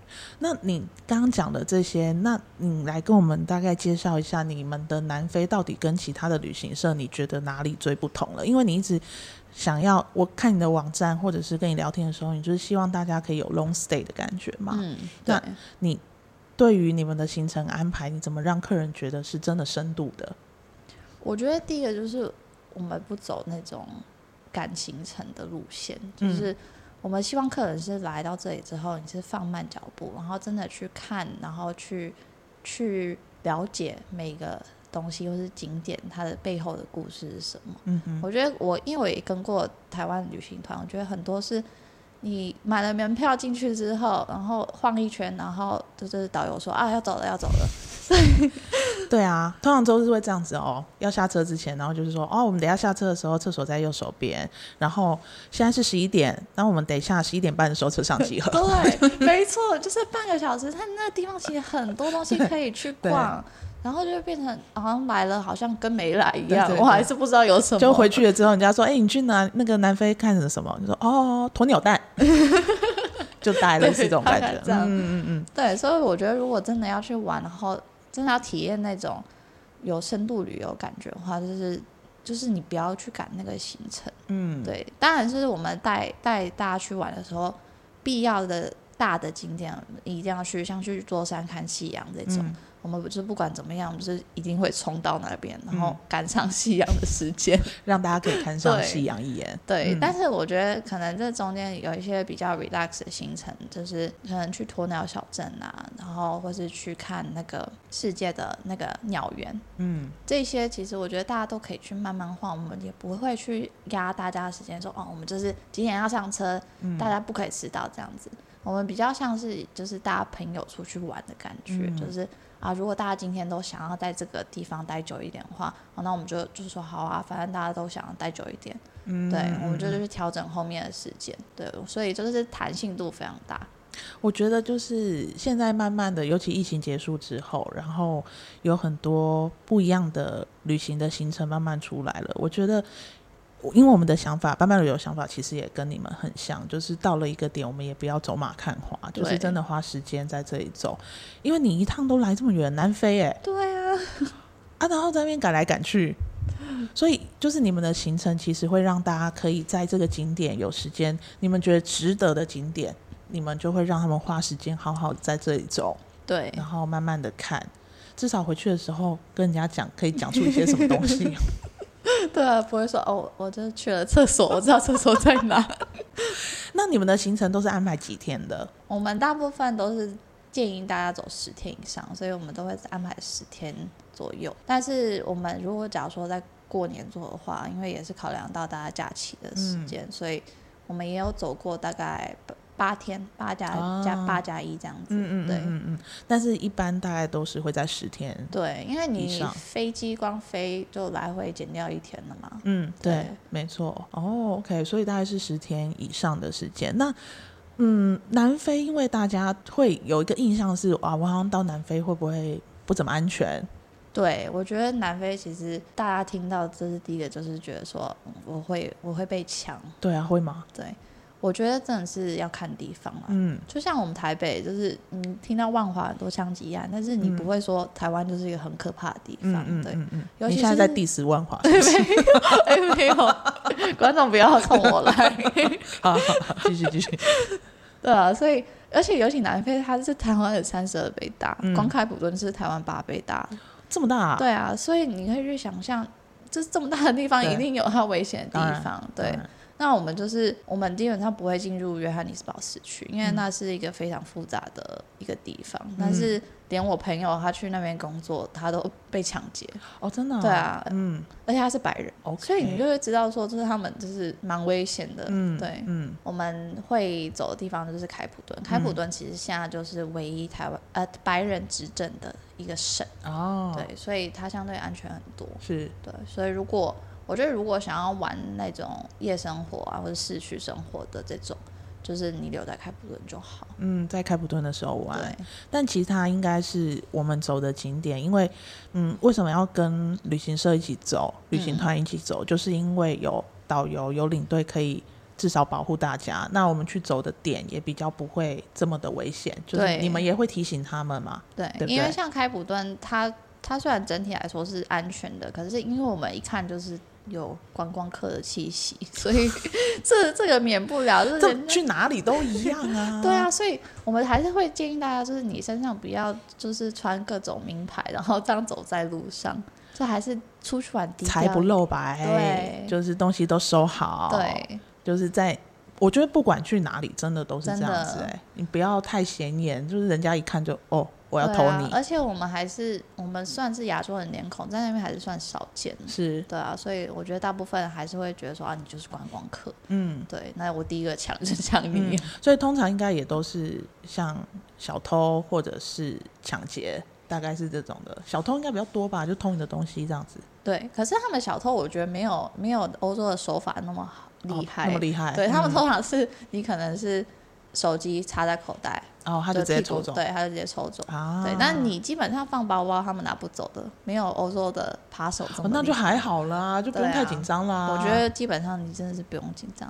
Speaker 1: 那你刚刚讲的这些，那你来跟我们大概介绍一下你们的南非到底跟其他的旅行社你觉得哪里最不同了？因为你一直想要，我看你的网站或者是跟你聊天的时候，你就是希望大家可以有 long stay 的感觉嘛。
Speaker 2: 对。
Speaker 1: 那你对于你们的行程安排，你怎么让客人觉得是真的深度的？
Speaker 2: 我觉得第一个就是我们不走那种赶行程的路线，就是我们希望客人是来到这里之后，你是放慢脚步，然后真的去看，然后去了解每个东西或是景点它的背后的故事是什么。我觉得因为我也跟过台湾旅行团，我觉得很多是你买了门票进去之后，然后晃一圈，然后就是导游说啊要走了要走了。
Speaker 1: 对啊，通常都是会这样子哦。要下车之前，然后就是说，哦，我们等一下下车的时候，厕所在右手边。然后现在是11点，然后我们等一下11点半的时候车上集合。
Speaker 2: 对，没错，就是半个小时，它那个地方其实很多东西可以去逛。然后就变成好像来了，好像跟没来一样。我还是不知道有什么。
Speaker 1: 就回去了之后，人家说：“你去那个南非看什么？”你说：“哦，鸵鸟蛋。”就大概类似这种感觉。
Speaker 2: 对，所以我觉得如果真的要去玩，然后真的要体验那种有深度旅游感觉的话，就是你不要去赶那个行程。对，当然是我们带大家去玩的时候，必要的大的景点一定要去，像去座山看夕阳这种。我们就是不管怎么样，我们就是一定会冲到那边，然后赶上夕阳的时间，
Speaker 1: 让大家可以看上夕阳一眼。
Speaker 2: 对，但是我觉得可能这中间有一些比较 relax 的行程，就是可能去鸵鸟小镇啊，然后或是去看那个世界的那个鸟园。这些其实我觉得大家都可以去慢慢晃，我们也不会去压大家的时间说哦，我们就是几点要上车，大家不可以迟到这样子。我们比较像是就是大家朋友出去玩的感觉，就是如果大家今天都想要在这个地方待久一点的话，那我们就是说好啊，反正大家都想要待久一点。对，我们就是调整后面的时间。对，所以就是弹性度非常大。
Speaker 1: 我觉得就是现在慢慢的，尤其疫情结束之后，然后有很多不一样的旅行的行程慢慢出来了。我觉得因为我们的想法，班班旅游想法其实也跟你们很像，就是到了一个点我们也不要走马看花，就是真的花时间在这里走。因为你一趟都来这么远，南非
Speaker 2: 对啊
Speaker 1: 然后在那边赶来赶去，所以就是你们的行程其实会让大家可以在这个景点有时间，你们觉得值得的景点，你们就会让他们花时间好好在这里走。
Speaker 2: 对，
Speaker 1: 然后慢慢的看，至少回去的时候跟人家讲，可以讲出一些什么东西。
Speaker 2: 对啊，不会说哦，我就去了厕所，我知道厕所在哪。
Speaker 1: 那你们的行程都是安排几天的？
Speaker 2: 我们大部分都是建议大家走10天以上，所以我们都会安排10天左右。但是我们如果假如说在过年做的话，因为也是考量到大家假期的时间，所以我们也有走过大概8天，8加1这样子。对。
Speaker 1: 但是一般大概都是会在10天。
Speaker 2: 对，因为你飞机光飞就来回减掉1天了嘛。
Speaker 1: 对，没错。OK， 所以大概是10天以上的时间。那南非因为大家会有一个印象是我好像到南非会不会不怎么安全？
Speaker 2: 对，我觉得南非其实大家听到这是第一个，就是觉得说我会被抢。
Speaker 1: 对啊，会吗？
Speaker 2: 对，我觉得真的是要看地方啦。就像我们台北，就是你听到万华很多枪击案，但是你不会说台湾就是一个很可怕的地方。对，尤其是
Speaker 1: 你现在在diss万华是不是？
Speaker 2: 没有，观众不要冲我来。
Speaker 1: 好，继续。
Speaker 2: 对啊，所以而且尤其南非，它是台湾的32倍大，光开普敦是台湾8倍大。
Speaker 1: 这么大啊？
Speaker 2: 对啊，所以你可以去想象，就是这么大的地方一定有它危险的地方。对，那我们基本上不会进入约翰尼斯堡市区，因为那是一个非常复杂的一个地方。但是连我朋友他去那边工作，他都被抢劫。
Speaker 1: 真的？
Speaker 2: 对啊，而且他是白人，所以你就会知道说，就是他们就是蛮危险的。对，我们会走的地方就是开普敦。开普敦其实现在就是唯一台湾白人执政的一个省。对，所以它相对安全很多。
Speaker 1: 是，
Speaker 2: 对，所以我觉得如果想要玩那种夜生活啊，或者市区生活的这种，就是你留在开普敦就好。
Speaker 1: 在开普敦的时候玩。
Speaker 2: 对，
Speaker 1: 但其他应该是我们走的景点，因为为什么要跟旅行社一起走，旅行团一起走，就是因为有导游有领队可以至少保护大家，那我们去走的点也比较不会这么的危险，就是你们也会提醒他们嘛， 对不对？
Speaker 2: 因为像开普敦它虽然整体来说是安全的，可是因为我们一看就是有观光客的气息，所以这个免不了，就是
Speaker 1: 这去哪里都一样啊
Speaker 2: 对啊，所以我们还是会建议大家，就是你身上不要就是穿各种名牌，然后这样走在路上，这还是出去玩低调，
Speaker 1: 财不露白，
Speaker 2: 对，
Speaker 1: 就是东西都收好，
Speaker 2: 对，
Speaker 1: 就是我觉得不管去哪里真的都是这样子，你不要太显眼，就是人家一看就我要偷你，
Speaker 2: 而且我们算是亚洲人脸孔，在那边还是算少见，
Speaker 1: 是，
Speaker 2: 对啊，所以我觉得大部分人还是会觉得说你就是观光客，对，那我第一个抢就是抢你，
Speaker 1: 所以通常应该也都是像小偷或者是抢劫，大概是这种的。小偷应该比较多吧，就偷你的东西这样子。
Speaker 2: 对，可是他们小偷我觉得没有欧洲的手法那么厉害，
Speaker 1: 那么厉害。
Speaker 2: 对，他们通常是你可能是手机插在口袋，
Speaker 1: 他就直接抽走，
Speaker 2: 对，他就直接抽走对，但你基本上放包包他们拿不走的，没有欧洲的扒手这么厉害，
Speaker 1: 那就还好啦，就不用太紧张啦。
Speaker 2: 我觉得基本上你真的是不用紧张。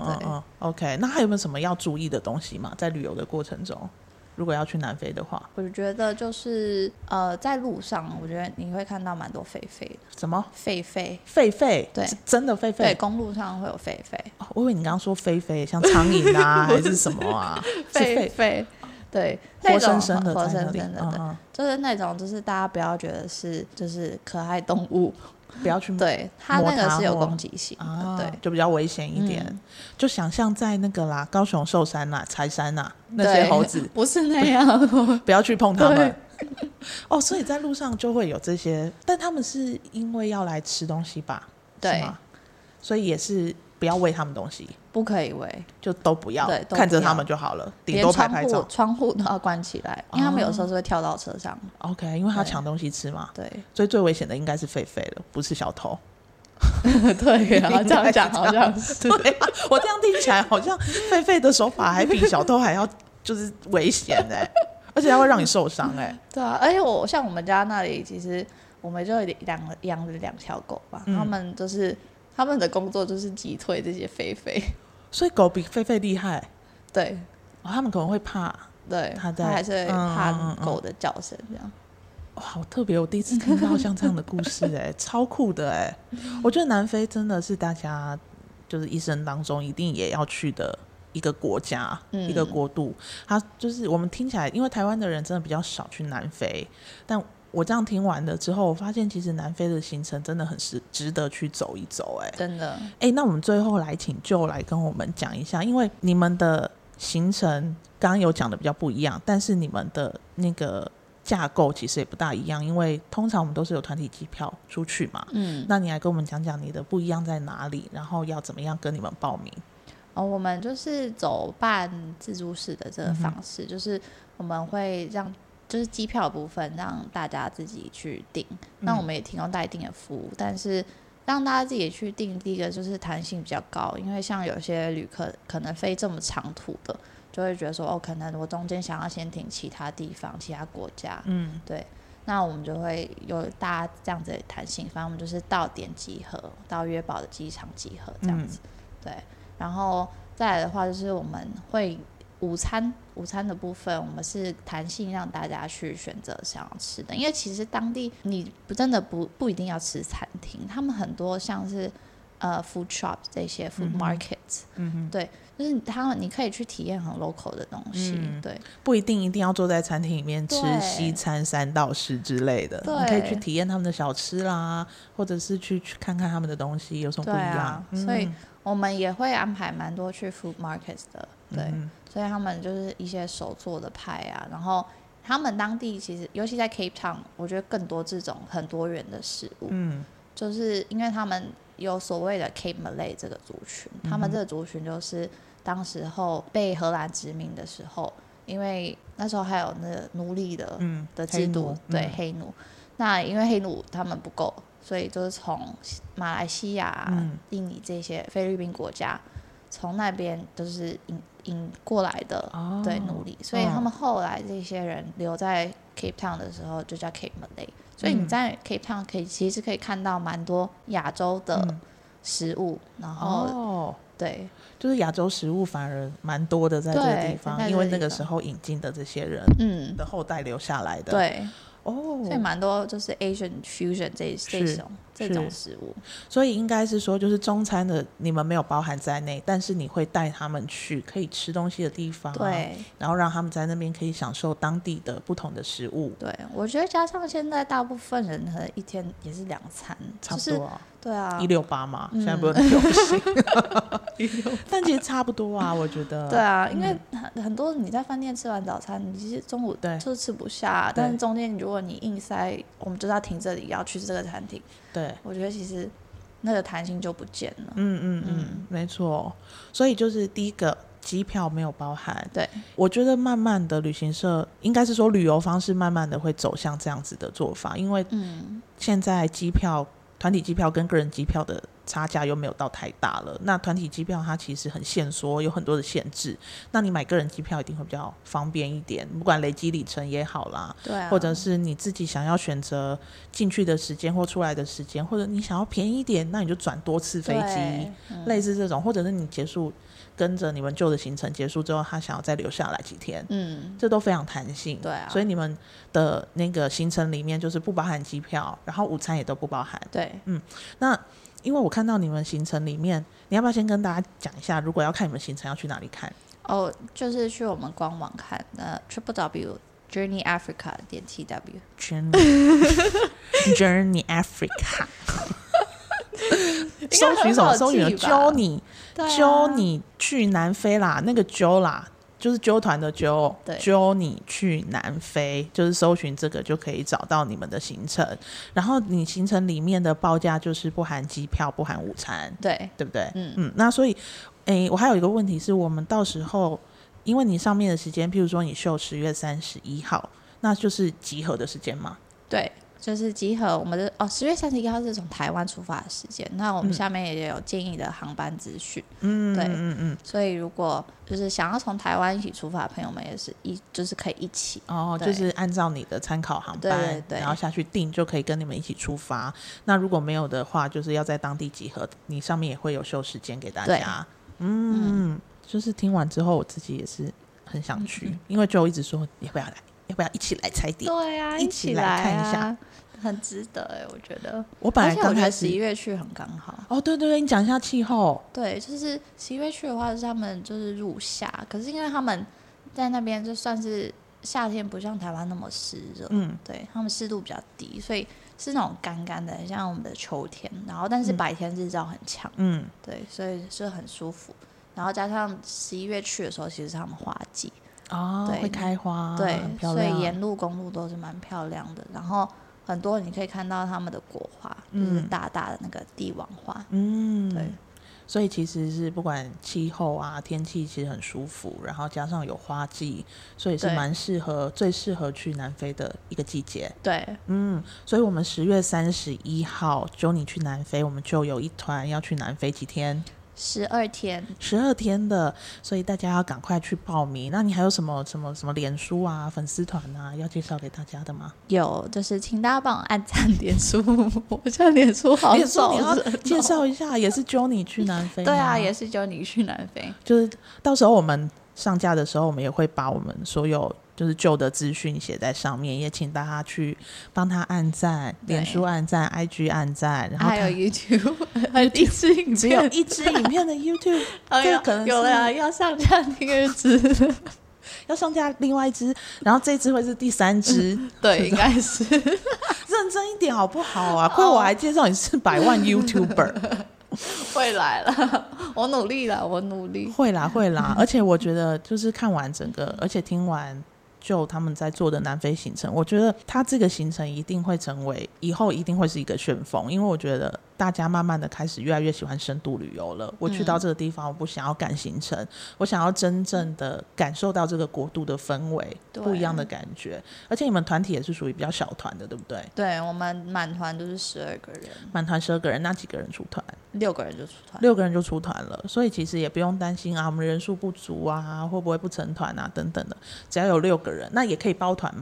Speaker 1: OK， 那还有没有什么要注意的东西吗？在旅游的过程中，如果要去南非的话，
Speaker 2: 我觉得就是在路上，我觉得你会看到蛮多狒狒的。
Speaker 1: 什么
Speaker 2: 狒狒？
Speaker 1: 对，是真的狒狒。
Speaker 2: 对，公路上会有狒狒。
Speaker 1: 我以为你刚刚说狒狒，像苍蝇啊还是什么啊？
Speaker 2: 狒狒，对，
Speaker 1: 活生生的，
Speaker 2: 活生生的，就是那种，就是大家不要觉得是就是可爱动物。
Speaker 1: 不要去摸
Speaker 2: 对，它那个是有攻击性的，对，
Speaker 1: 就比较危险一点。就想象在那个啦，高雄寿山啦、柴山啦，那些猴子
Speaker 2: 不是那样，
Speaker 1: 不要去碰它们。所以在路上就会有这些，但他们是因为要来吃东西吧？
Speaker 2: 对，
Speaker 1: 是吗？所以也是不要喂他们东西，
Speaker 2: 不可以喂，
Speaker 1: 就都不要，看着他们就好了，顶多拍拍照。
Speaker 2: 窗户都要关起来，因为他们有时候是会跳到车上。
Speaker 1: OK， 因为他抢东西吃嘛。
Speaker 2: 对，
Speaker 1: 所以最危险的应该是狒狒了，不是小偷。
Speaker 2: 对，然后这样讲好像是
Speaker 1: 对啊，我这样听起来好像狒狒的手法还比小偷还要就是危险而且它会让你受伤
Speaker 2: 对啊，而且像我们家那里，其实我们就养了2条狗吧，他们的工作就是击退这些狒狒，
Speaker 1: 所以狗比狒狒厉害。
Speaker 2: 对，
Speaker 1: 他们可能会怕，
Speaker 2: 对，它还是会怕狗的叫声这样。
Speaker 1: 哇，好特别！我第一次听到像这样的故事超酷的我觉得南非真的是大家就是一生当中一定也要去的一个国家，一个国度。它就是我们听起来，因为台湾的人真的比较少去南非，但我这样听完了之后，我发现其实南非的行程真的很值得去走一走
Speaker 2: 真的
Speaker 1: 那我们最后来请就来跟我们讲一下，因为你们的行程刚刚有讲的比较不一样，但是你们的那个架构其实也不大一样，因为通常我们都是有团体机票出去嘛。那你来跟我们讲讲你的不一样在哪里，然后要怎么样跟你们报名。
Speaker 2: 我们就是走办自助式的这个方式，就是我们会就是机票的部分让大家自己去订，那我们也提供代订的服务，但是让大家自己去订，第一个就是弹性比较高，因为像有些旅客可能飞这么长途的，就会觉得说可能我中间想要先停其他地方其他国家，对，那我们就会有大家这样子的弹性，反正我们就是到点集合，到约堡的机场集合这样子，对，然后再来的话就是我们会午餐的部分，我们是弹性让大家去选择想要吃的，因为其实当地你真的不一定要吃餐厅，他们很多像是food shop 这些 food markets，对，就是你可以去体验很 local 的东西，对，
Speaker 1: 不一定要坐在餐厅里面吃西餐3道式之类的，你可以去体验他们的小吃啦，或者是去看看他们的东西有什么不一样，
Speaker 2: 所以我们也会安排蛮多去 food markets 的，对，所以他们就是一些手做的派啊，然后他们当地其实尤其在 Cape Town， 我觉得更多这种很多元的食物，就是因为他们有所谓的 Cape Malay 这个族群，他们这个族群就是当时候被荷兰殖民的时候，因为那时候还有那个奴隶的制度，对，黑奴，那因为黑奴他们不够，所以就是从马来西亚、印尼这些菲律宾国家，从那边就是引过来的，对，奴隶，所以他们后来这些人留在 Cape Town 的时候就叫 Cape Malay， 所以你在 Cape Town 其实可以看到蛮多亚洲的食物，然后对，
Speaker 1: 就是亚洲食物反而蛮多的在这个地方，因为那个时候引进的这些人的后代留下来的，
Speaker 2: 对所以蛮多就是 Asian fusion 这种食物，
Speaker 1: 所以应该是说就是中餐的你们没有包含在内，但是你会带他们去可以吃东西的地方，
Speaker 2: 对，
Speaker 1: 然后让他们在那边可以享受当地的不同的食物。
Speaker 2: 对，我觉得加上现在大部分人可能一天也是2餐，
Speaker 1: 差不多啊，
Speaker 2: 对啊
Speaker 1: 168嘛，现在不是很流行但其实差不多啊，我觉得。
Speaker 2: 对啊，因为很多你在饭店吃完早餐，你其实中午就是吃不下，但是中间如果你硬塞，我们就是要停这里，要去这个餐厅，
Speaker 1: 对，
Speaker 2: 我觉得其实那个弹性就不见了。
Speaker 1: 没错。所以就是第一个机票没有包含，
Speaker 2: 对，
Speaker 1: 我觉得慢慢的旅行社应该是说旅游方式慢慢的会走向这样子的做法，因为现在机票团体机票跟个人机票的差价又没有到太大了，那团体机票它其实很限缩，有很多的限制，那你买个人机票一定会比较方便一点，不管累积里程也好啦，
Speaker 2: 对啊，
Speaker 1: 或者是你自己想要选择进去的时间或出来的时间，或者你想要便宜一点，那你就转多次飞机，类似这种，或者是你结束跟着你们旧的行程结束之后，他想要再留下来几天，这都非常弹性，
Speaker 2: 对啊，
Speaker 1: 所以你们的那个行程里面就是不包含机票，然后午餐也都不包含，
Speaker 2: 对，
Speaker 1: 那因为我看到你们行程里面，你要不要先跟大家讲一下，如果要看你们行程要去哪里看？
Speaker 2: 就是去我们官网看www journeyafrica.tw
Speaker 1: Journey Africa 搜寻什么？搜寻揪你去南非啦，那个揪啦就是揪团的揪，揪你去南非，就是搜寻这个就可以找到你们的行程，然后你行程里面的报价就是不含机票不含午餐，
Speaker 2: 对
Speaker 1: 不对？那所以我还有一个问题是，我们到时候因为你上面的时间譬如说你秀10月31号，那就是集合的时间吗？
Speaker 2: 对，就是集合我们的10月31号是从台湾出发的时间，那我们下面也有建议的航班资讯，对，所以如果就是想要从台湾一起出发的朋友们也是就是可以一起
Speaker 1: 就是按照你的参考航班，对，然后下去订就可以跟你们一起出发。那如果没有的话，就是要在当地集合，你上面也会有秀时间给大家。就是听完之后我自己也是很想去，因为就一直说要不要一起来踩点，
Speaker 2: 对啊，
Speaker 1: 一起来看一下，
Speaker 2: 很值得我觉得。
Speaker 1: 我本来刚开始
Speaker 2: 11月去很刚好。
Speaker 1: 对，你讲一下气候。
Speaker 2: 对，就是11月去的话是他们就是入夏，可是因为他们在那边就算是夏天，不像台湾那么湿热，对，他们湿度比较低，所以是那种干干的，很像我们的秋天，然后但是白天日照很强，对，所以是很舒服。然后加上11月去的时候，其实是他们花季，对，
Speaker 1: 会开花，
Speaker 2: 对，
Speaker 1: 漂亮，
Speaker 2: 所以沿路公路都是蛮漂亮的。然后很多你可以看到他们的果花，就是大大的那个帝王花，对。
Speaker 1: 所以其实是不管气候啊天气其实很舒服，然后加上有花季，所以是蛮最适合去南非的一个季节。
Speaker 2: 对，
Speaker 1: 所以我们10月31号揪你去南非，我们就有一团要去南非几天
Speaker 2: ？12
Speaker 1: 天的，所以大家要赶快去报名。那你还有什么脸书啊粉丝团啊要介绍给大家的吗？
Speaker 2: 有，就是请大家帮我按赞脸书，我现在脸书好少人，
Speaker 1: 你要介绍一下，也是揪你去南非吗？
Speaker 2: 对啊，也是揪你去南非，
Speaker 1: 就是到时候我们上架的时候，我们也会把我们所有就是旧的资讯写在上面，也请大家去帮他按赞，脸书按赞 IG 按赞，然后
Speaker 2: 还有 YouTube 还有一支影片，
Speaker 1: 只有一支影片的 YouTube 这个可能
Speaker 2: 有了要上架第2支
Speaker 1: 要上架另外一支，然后这支会是第3支
Speaker 2: 对，应该是
Speaker 1: 认真一点好不好啊？亏我还介绍你是100万 YouTuber
Speaker 2: 会来了，我努力了，会
Speaker 1: 啦而且我觉得就是看完整个，而且听完就他们在做的南非行程，我觉得他这个行程一定会成为以后一定会是一个旋风，因为我觉得大家慢慢的开始越来越喜欢深度旅游了。我去到这个地方，我不想要赶行程，我想要真正的感受到这个国度的氛围，不一样的感觉。而且你们团体也是属于比较小团的，对不对？
Speaker 2: 对，我们满团就是12个人，
Speaker 1: 满团12个人，那几个人出团
Speaker 2: ？6个人就出团
Speaker 1: ，6个人就出团了。所以其实也不用担心啊，我们人数不足啊，会不会不成团啊等等的，只要有6个人，那也可以包团嘛。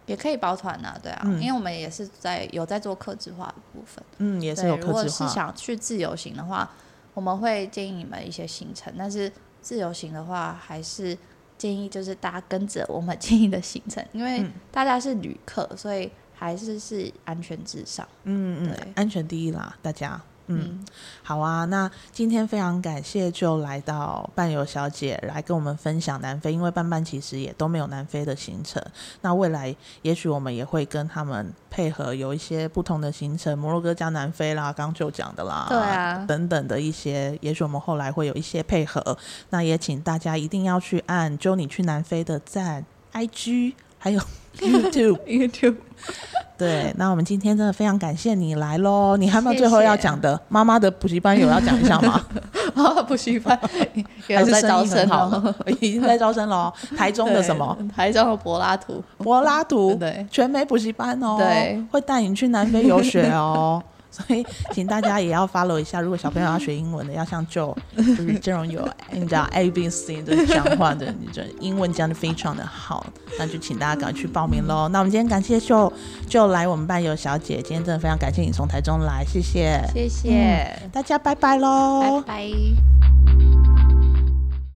Speaker 2: 也可以包团啊，对啊，因为我们也是有在做客制化的部分，
Speaker 1: 也是有客制化。
Speaker 2: 如果是想去自由行的话，我们会建议你们一些行程，但是自由行的话，还是建议就是大家跟着我们建议的行程，因为大家是旅客，所以还是安全至上。对，
Speaker 1: 安全第一啦，大家。好啊，那今天非常感谢就来到伴游小姐来跟我们分享南非，因为伴其实也都没有南非的行程，那未来也许我们也会跟他们配合有一些不同的行程，摩洛哥加南非啦，刚就讲的啦，
Speaker 2: 对啊，
Speaker 1: 等等的一些，也许我们后来会有一些配合，那也请大家一定要去按揪你去南非的赞 IG 还有YouTube 对，那我们今天真的非常感谢你来咯，你还有没有最后要讲的？妈妈的补习班有要讲一下吗？
Speaker 2: 补习班也有在招生
Speaker 1: 哦，已经在招生了。台中的什么？
Speaker 2: 台中的柏拉图
Speaker 1: 对，全美补习班哦，
Speaker 2: 对，
Speaker 1: 会带你去南非游学哦。所以请大家也要 follow 一下，如果小朋友要学英文的，要像就是这种有你知道 ABC 的讲话的，你这英文讲的非常的好，那就请大家赶快去报名咯。那我们今天感谢就来我们伴游小姐，今天真的非常感谢你从台中来，谢谢
Speaker 2: 谢谢，
Speaker 1: 大家拜拜咯，
Speaker 2: 拜拜。